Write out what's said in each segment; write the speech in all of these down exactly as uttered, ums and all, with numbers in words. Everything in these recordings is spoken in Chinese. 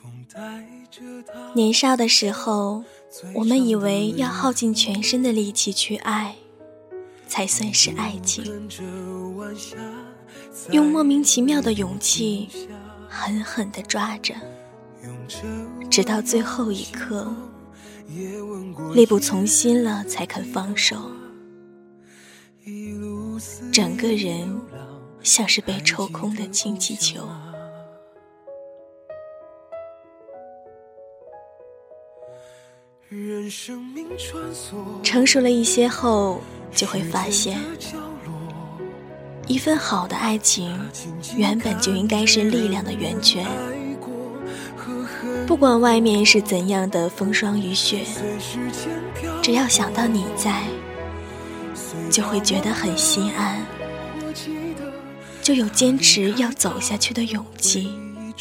年少的时候，我们以为要耗尽全身的力气去爱，才算是爱情。用莫名其妙的勇气狠狠地抓着，直到最后一刻力不从心了才肯放手。整个人像是被抽空的氢气球。成熟了一些后，就会发现一份好的爱情原本就应该是力量的源泉。不管外面是怎样的风霜雨雪，只要想到你在，就会觉得很心安，就有坚持要走下去的勇气。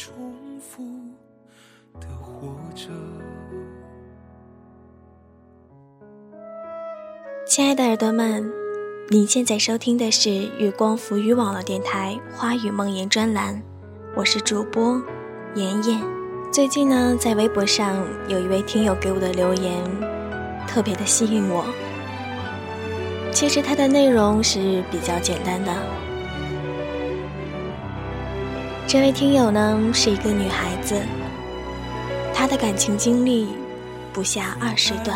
亲爱的耳朵们，你现在收听的是月光浮语网络电台花语梦言专栏，我是主播妍妍。最近呢，在微博上有一位听友给我的留言特别的吸引我。其实它的内容是比较简单的。这位听友呢是一个女孩子，她的感情经历不下二十段。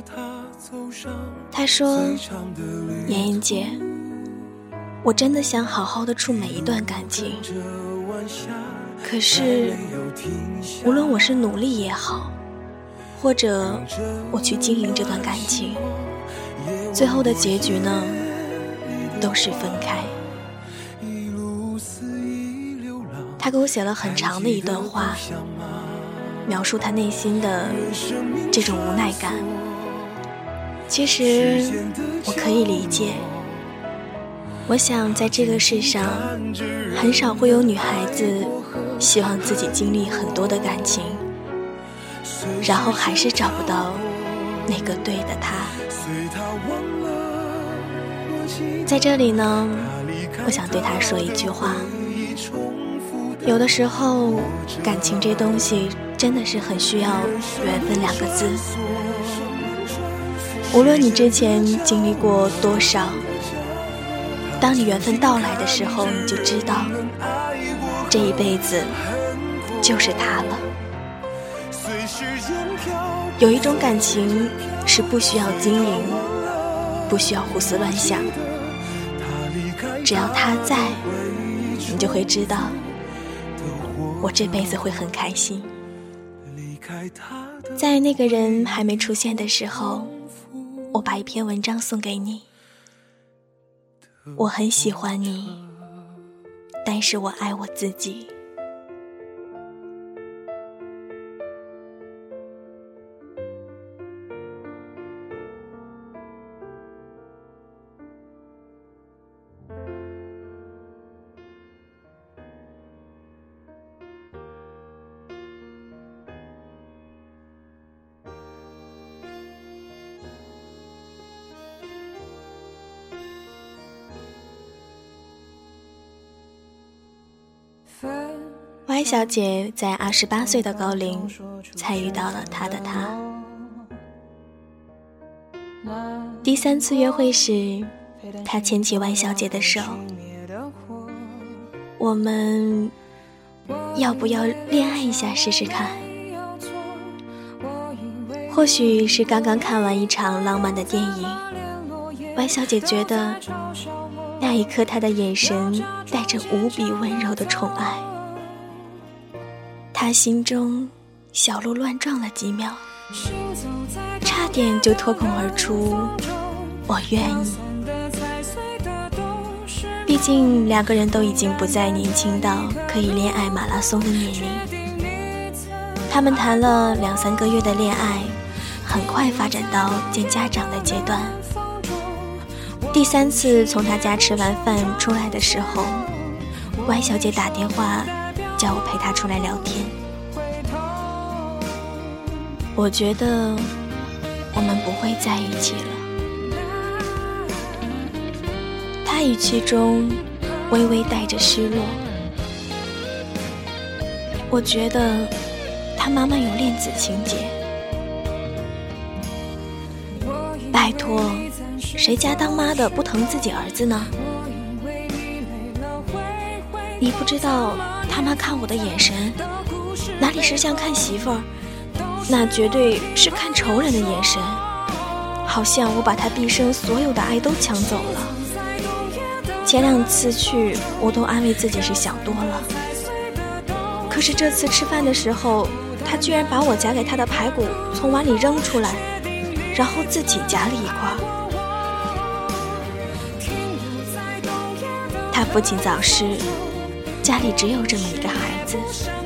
她说，妍妍姐，我真的想好好的处每一段感情，可是无论我是努力也好，或者我去经营这段感情，最后的结局呢都是分开。他给我写了很长的一段话，描述他内心的这种无奈感。其实我可以理解，我想在这个世上很少会有女孩子希望自己经历很多的感情，然后还是找不到那个对的他。在这里呢，我想对他说一句话，有的时候感情这东西真的是很需要缘分两个字。无论你之前经历过多少，当你缘分到来的时候，你就知道这一辈子就是他了。有一种感情是不需要经营，不需要胡思乱想，只要他在，你就会知道我这辈子会很开心。在那个人还没出现的时候，我把一篇文章送给你。我很喜欢你，但是我爱我自己。Y 小姐在二十八岁的高龄才遇到了她的他。第三次约会时，她牵起 Y 小姐的手，我们要不要恋爱一下试试看？或许是刚刚看完一场浪漫的电影， Y 小姐觉得那一刻她的眼神带着无比温柔的宠爱，她心中小鹿乱撞了几秒，差点就脱口而出我愿意。毕竟两个人都已经不再年轻到可以恋爱马拉松的年龄，他们谈了两三个月的恋爱，很快发展到见家长的阶段。第三次从他家吃完饭出来的时候， Y 小姐打电话叫我陪她出来聊天。我觉得我们不会在一起了。她语气中微微带着失落。我觉得他妈妈有恋子情节。拜托，谁家当妈的不疼自己儿子呢？你不知道他妈看我的眼神，哪里是像看媳妇儿，那绝对是看仇人的眼神，好像我把他毕生所有的爱都抢走了。前两次去我都安慰自己是想多了，可是这次吃饭的时候，他居然把我夹给他的排骨从碗里扔出来，然后自己夹了一块。他父亲早逝，家里只有这么一个孩子。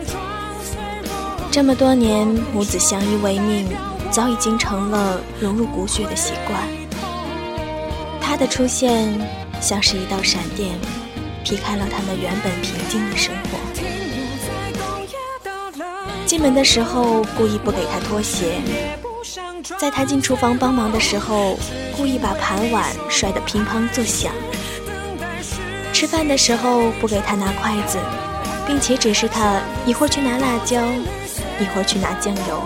这么多年母子相依为命，早已经成了融入骨血的习惯。他的出现像是一道闪电，劈开了他们原本平静的生活。进门的时候故意不给他脱鞋，在他进厨房帮忙的时候故意把盘碗摔得乒乓作响，吃饭的时候不给他拿筷子，并且指示他一会儿去拿辣椒，一会儿去拿酱油。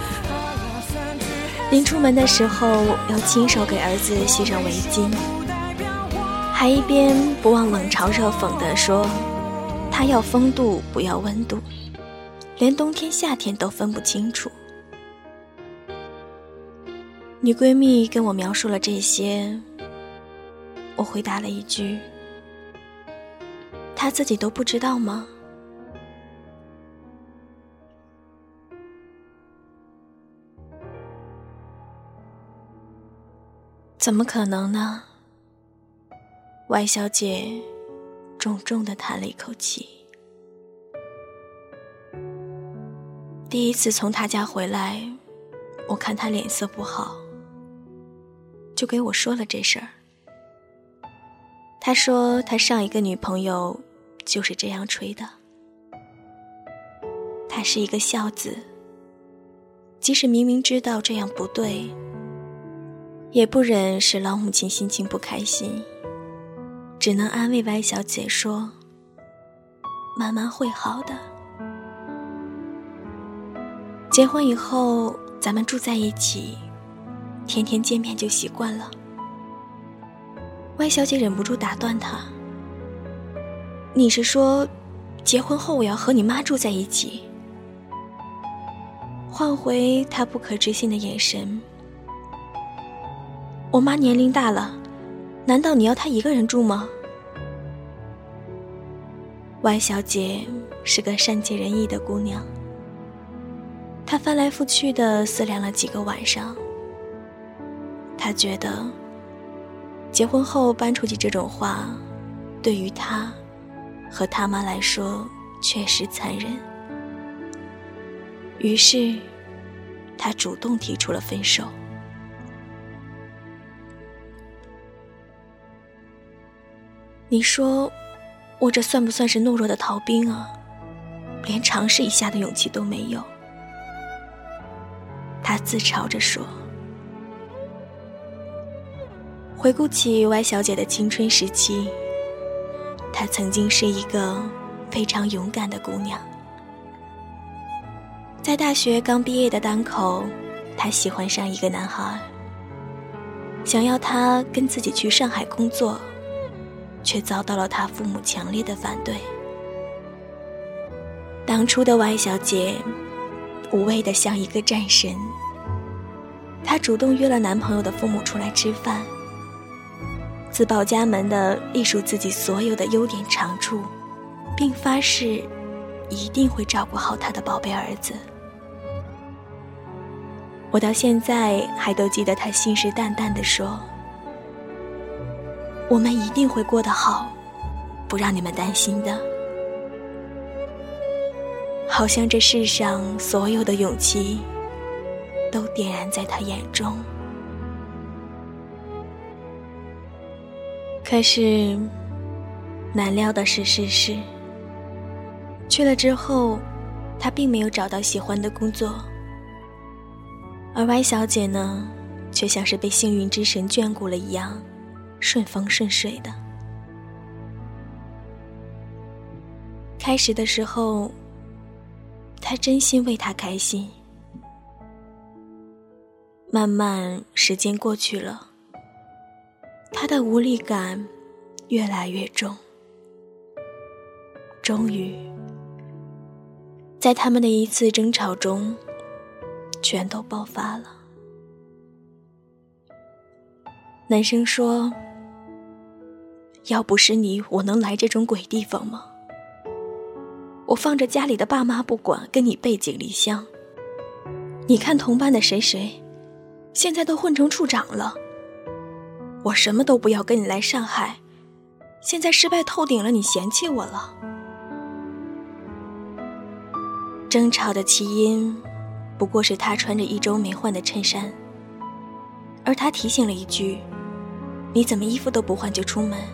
临出门的时候要亲手给儿子系上围巾，还一边不忘冷嘲热讽地说他要风度不要温度，连冬天夏天都分不清楚。女闺蜜跟我描述了这些，我回答了一句，她自己都不知道吗？怎么可能呢？Y小姐重重地叹了一口气。第一次从她家回来，我看她脸色不好，就给我说了这事儿。她说她上一个女朋友就是这样吹的。她是一个孝子，即使明明知道这样不对，也不忍使老母亲心情不开心，只能安慰歪小姐说慢慢会好的。结婚以后咱们住在一起，天天见面就习惯了。歪小姐忍不住打断她，你是说结婚后我要和你妈住在一起？换回她不可置信的眼神，我妈年龄大了，难道你要她一个人住吗？歪小姐是个善解人意的姑娘，她翻来覆去地思量了几个晚上。她觉得结婚后搬出去这种话，对于她和她妈来说确实残忍。于是她主动提出了分手。你说我这算不算是懦弱的逃兵啊？连尝试一下的勇气都没有。他自嘲着说。回顾起歪小姐的青春时期，她曾经是一个非常勇敢的姑娘。在大学刚毕业的当口，她喜欢上一个男孩，想要他跟自己去上海工作，却遭到了他父母强烈的反对。当初的歪小姐无畏得像一个战神，她主动约了男朋友的父母出来吃饭，自报家门地列述自己所有的优点长处，并发誓一定会照顾好她的宝贝儿子。我到现在还都记得她信誓旦旦地说，我们一定会过得好，不让你们担心的。好像这世上所有的勇气都点燃在他眼中。可是难料的是世事，去了之后他并没有找到喜欢的工作，而歪小姐呢，却像是被幸运之神眷顾了一样，顺风顺水的。开始的时候他真心为他开心。慢慢时间过去了，他的无力感越来越重。终于在他们的一次争吵中全都爆发了。男生说，要不是你，我能来这种鬼地方吗？我放着家里的爸妈不管，跟你背井离乡。你看同班的谁谁现在都混成处长了，我什么都不要跟你来上海，现在失败透顶了，你嫌弃我了。争吵的起因不过是他穿着一周没换的衬衫，而他提醒了一句，你怎么衣服都不换就出门？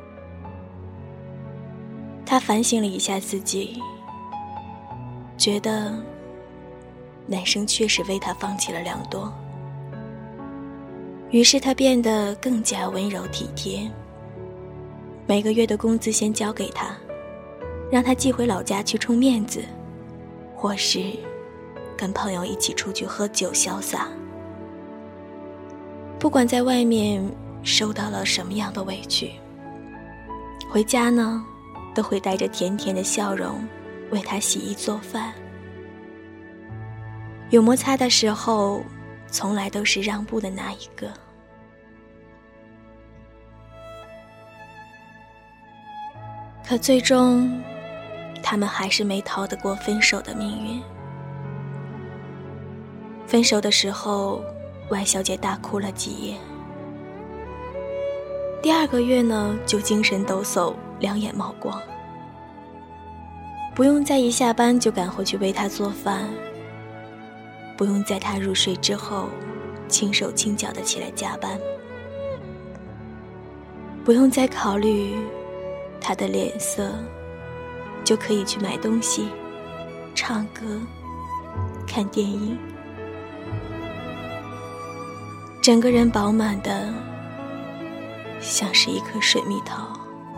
他反省了一下自己，觉得男生确实为他放弃了良多，于是他变得更加温柔体贴，每个月的工资先交给他，让他寄回老家去充面子，或是跟朋友一起出去喝酒潇洒。不管在外面受到了什么样的委屈，回家呢都会带着甜甜的笑容为他洗衣做饭。有摩擦的时候，从来都是让步的那一个。可最终他们还是没逃得过分手的命运。分手的时候Y小姐大哭了几夜，第二个月呢就精神抖擞，两眼冒光，不用再一下班就赶回去为他做饭，不用在他入睡之后轻手轻脚的起来加班，不用再考虑他的脸色，就可以去买东西、唱歌、看电影，整个人饱满的像是一颗水蜜桃。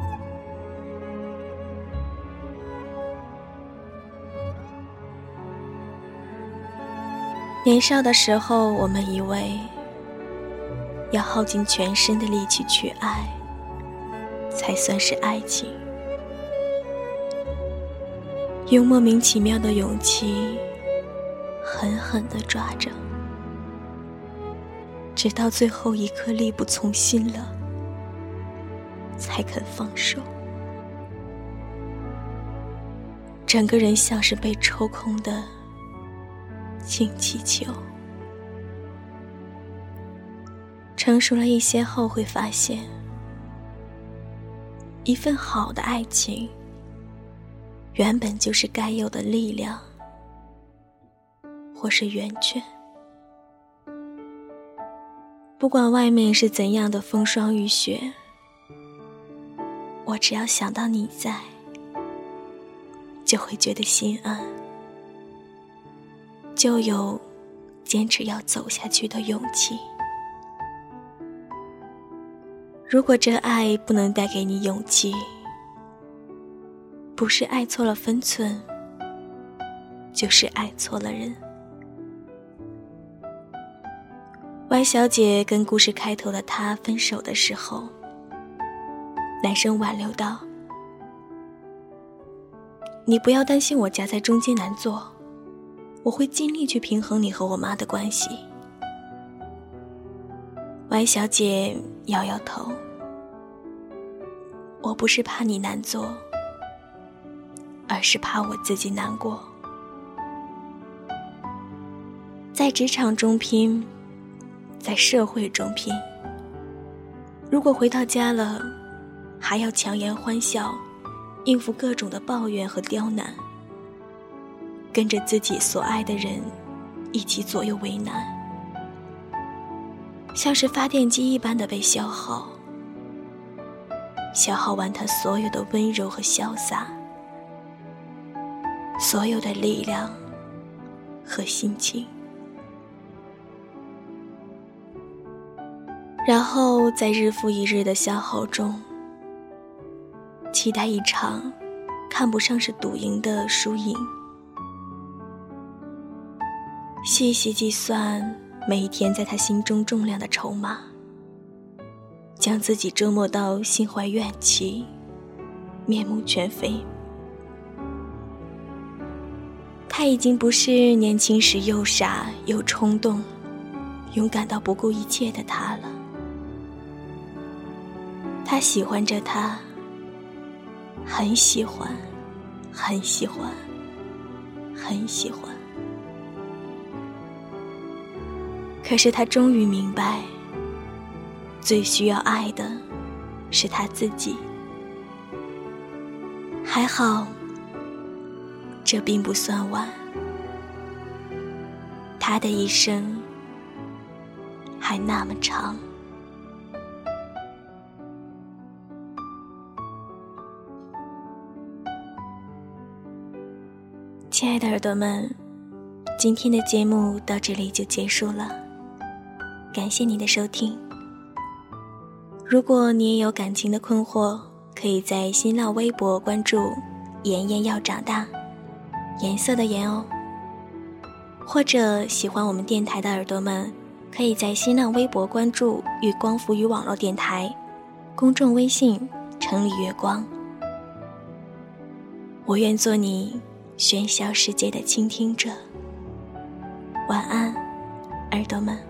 年少的时候，我们以为要耗尽全身的力气去爱，才算是爱情。用莫名其妙的勇气狠狠地抓着，直到最后一刻力不从心了，才肯放手。整个人像是被抽空的氢气球。成熟了一些后会发现，一份好的爱情原本就是该有的力量或是源泉。不管外面是怎样的风霜雨雪，我只要想到你在，就会觉得心安，就有坚持要走下去的勇气。如果这爱不能带给你勇气，不是爱错了分寸，就是爱错了人。Y小姐跟故事开头的她分手的时候，男生挽留道，你不要担心我夹在中间难做，我会尽力去平衡你和我妈的关系。Y小姐摇摇头，我不是怕你难做，而是怕我自己难过。在职场中拼，在社会中拼，如果回到家了还要强颜欢笑，应付各种的抱怨和刁难，跟着自己所爱的人一起左右为难，像是发电机一般的被消耗，消耗完他所有的温柔和潇洒，所有的力量和心情。然后在日复一日的消耗中，期待一场看不上是赌赢的输赢， 细细计算每一天在他心中重量的筹码，将自己折磨到心怀怨气，面目全非。他已经不是年轻时又傻又冲动，勇敢到不顾一切的他了。他喜欢着他，很喜欢，很喜欢，很喜欢。可是他终于明白，最需要爱的是他自己。还好，这并不算晚。他的一生还那么长。亲爱的耳朵们，今天的节目到这里就结束了，感谢你的收听。如果你也有感情的困惑，可以在新浪微博关注妍妍要长大，颜色的颜哦。或者喜欢我们电台的耳朵们，可以在新浪微博关注月光浮语网络电台，公众微信城里月光。我愿做你喧嚣世界的倾听者。晚安，耳朵们。